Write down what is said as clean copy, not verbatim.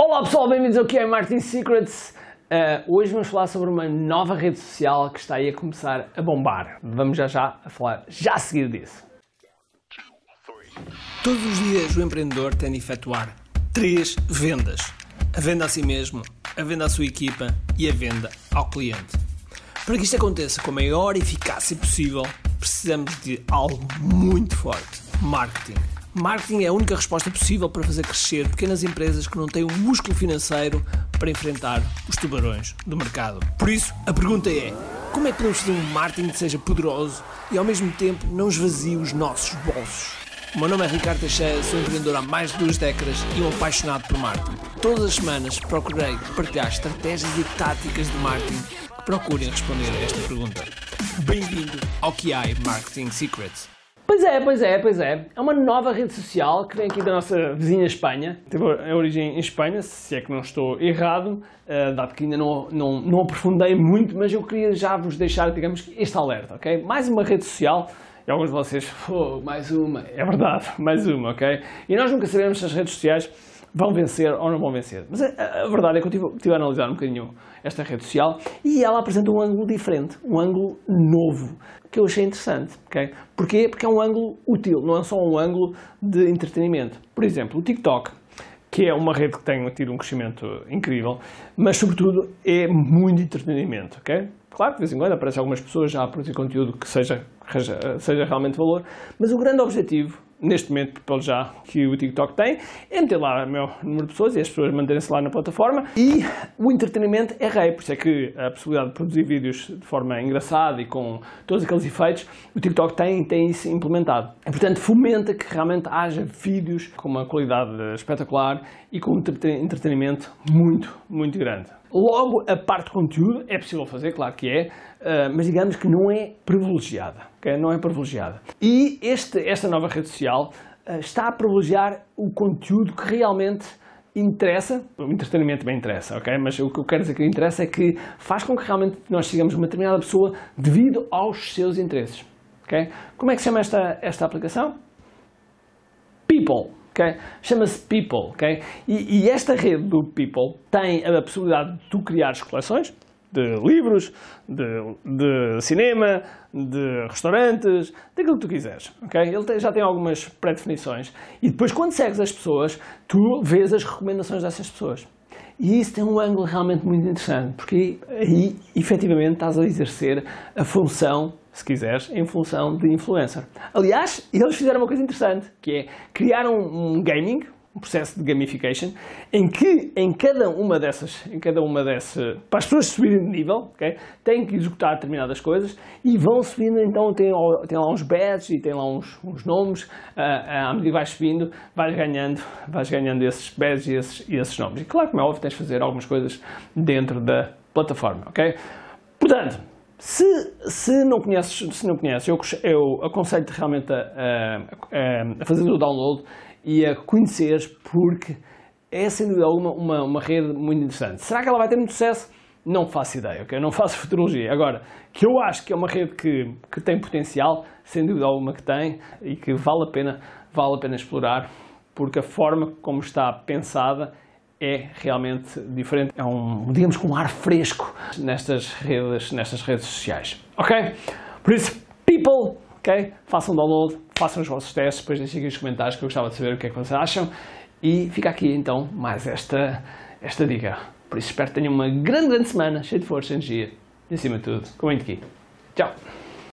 Olá pessoal, bem-vindos ao que é Marketing Secrets. Hoje vamos falar sobre uma nova rede social que está aí a começar a bombar. Vamos já a falar a seguir disso. Todos os dias o empreendedor tem de efetuar 3 vendas. A venda a si mesmo, a venda à sua equipa e a venda ao cliente. Para que isto aconteça com a maior eficácia possível, precisamos de algo muito forte: marketing. Marketing é a única resposta possível para fazer crescer pequenas empresas que não têm um músculo financeiro para enfrentar os tubarões do mercado. Por isso, a pergunta é: como é que podemos fazer um marketing que seja poderoso e ao mesmo tempo não esvazie os nossos bolsos? O meu nome é Ricardo Teixeira, sou empreendedor há mais de 2 décadas e um apaixonado por marketing. Todas as semanas procurei partilhar estratégias e táticas de marketing que procurem responder a esta pergunta. Bem-vindo ao QI Marketing Secrets. Pois é. É uma nova rede social que vem aqui da nossa vizinha Espanha. Teve a origem em Espanha, se é que não estou errado, dado que ainda não aprofundei muito, mas eu queria já vos deixar, digamos, este alerta, ok? Mais uma rede social, e alguns de vocês, mais uma, é verdade, mais uma, ok? E nós nunca sabemos se as redes sociais vão vencer ou não vão vencer. Mas a verdade é que eu estive a analisar um bocadinho esta rede social e ela apresenta um ângulo diferente, um ângulo novo, que eu achei interessante. Okay? Porquê? Porque é um ângulo útil, não é só um ângulo de entretenimento. Por exemplo, o TikTok, que é uma rede que tem tido um crescimento incrível, mas sobretudo é muito entretenimento. Okay? Claro que de vez em quando aparecem algumas pessoas já a produzir conteúdo que seja realmente valor, mas o grande objetivo neste momento, pelo já, que o TikTok tem, é meter lá o meu número de pessoas e as pessoas manterem-se lá na plataforma, e o entretenimento é rei, por isso é que a possibilidade de produzir vídeos de forma engraçada e com todos aqueles efeitos, o TikTok tem isso implementado. E, portanto, fomenta que realmente haja vídeos com uma qualidade espetacular e com um entretenimento muito grande. Logo, a parte de conteúdo é possível fazer, claro que é, mas digamos que não é privilegiada, okay? Não é privilegiada. E esta nova rede social está a privilegiar o conteúdo que realmente interessa. O entretenimento também interessa, ok? Mas o que eu quero dizer que interessa é que faz com que realmente nós sigamos uma determinada pessoa devido aos seus interesses, ok? Como é que se chama esta aplicação? People. Okay? Chama-se People, okay? E esta rede do People tem a possibilidade de tu criares coleções de livros, de cinema, de restaurantes, daquilo que tu quiseres, okay? Ele já tem algumas pré-definições e depois quando segues as pessoas, tu vês as recomendações dessas pessoas. E isso tem um ângulo realmente muito interessante, porque aí efetivamente estás a exercer a função, se quiseres, em função de influencer. Aliás, eles fizeram uma coisa interessante, que é criar um gaming, um processo de gamification, em que em cada uma dessas, para as pessoas subirem de nível, okay, têm que executar determinadas coisas e vão subindo, então tem lá uns badges e tem lá uns nomes, à medida que vais subindo, vais ganhando esses badges e esses nomes. E claro, como é óbvio, tens de fazer algumas coisas dentro da plataforma, ok? Portanto, se não conheces, eu aconselho-te realmente a fazer o download e a conheceres, porque é sem dúvida uma rede muito interessante. Será que ela vai ter muito sucesso? Não faço ideia, ok? Não faço futurologia. Agora, que eu acho que é uma rede que tem potencial, sem dúvida alguma que tem, e que vale a pena explorar, porque a forma como está pensada é realmente diferente. É digamos que um ar fresco nestas redes sociais, ok? Por isso, people, ok? Façam download, façam os vossos testes, depois deixem aqui nos comentários que eu gostava de saber o que é que vocês acham. E fica aqui então mais esta dica. Por isso espero que tenham uma grande semana, cheia de força, energia e acima de tudo, com muito aqui. Tchau!